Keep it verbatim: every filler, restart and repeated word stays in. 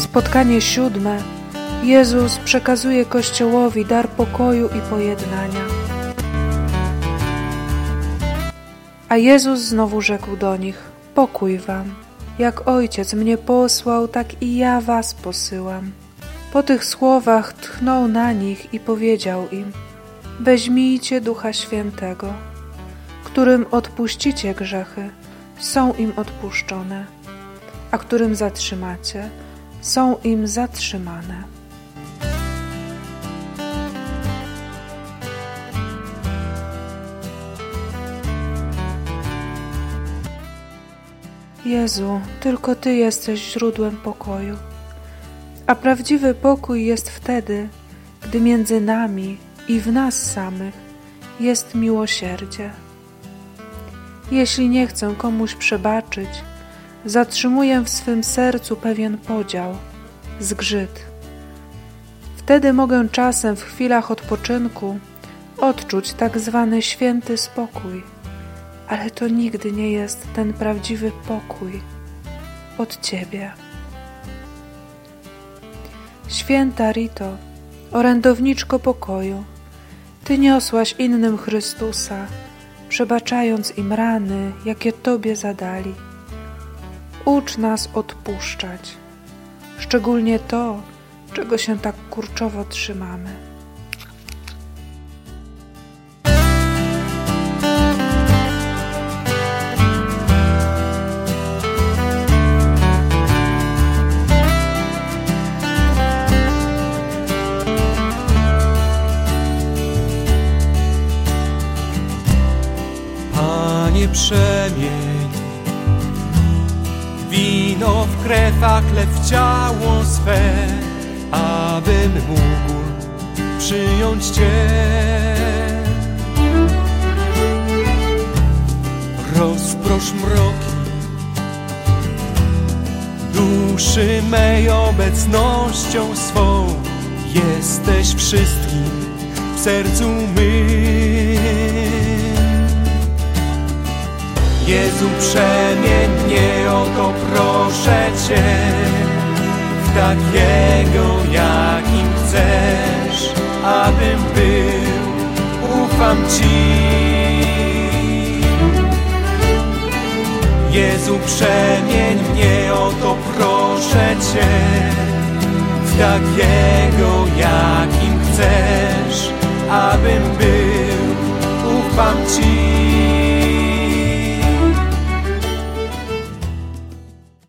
Spotkanie siódme. Jezus przekazuje Kościołowi dar pokoju i pojednania. A Jezus znowu rzekł do nich: pokój wam. Jak Ojciec mnie posłał, tak i ja was posyłam. Po tych słowach tchnął na nich i powiedział im: weźmijcie Ducha Świętego, którym odpuścicie grzechy, są im odpuszczone, a którym zatrzymacie, są im zatrzymane. Jezu, tylko Ty jesteś źródłem pokoju, a prawdziwy pokój jest wtedy, gdy między nami i w nas samych jest miłosierdzie. Jeśli nie chcę komuś przebaczyć, zatrzymuję w swym sercu pewien podział, zgrzyt. Wtedy mogę czasem w chwilach odpoczynku odczuć tak zwany święty spokój, ale to nigdy nie jest ten prawdziwy pokój od Ciebie. Święta Rito, orędowniczko pokoju, Ty niosłaś innym Chrystusa, przebaczając im rany, jakie Tobie zadali. Ucz nas odpuszczać, szczególnie to, czego się tak kurczowo trzymamy. Panie, przemień wino w krew, a chleb w ciało swe, abym mógł przyjąć Cię. Rozprosz mroki duszy mej obecnością swą, jesteś wszystkim w sercu mym. Jezu, przemień mnie, o to proszę Cię, w takiego, jakim chcesz, abym był. Ufam Ci. Jezu, przemień mnie, o to proszę Cię, w takiego, jakim chcesz, abym był. Ufam Ci.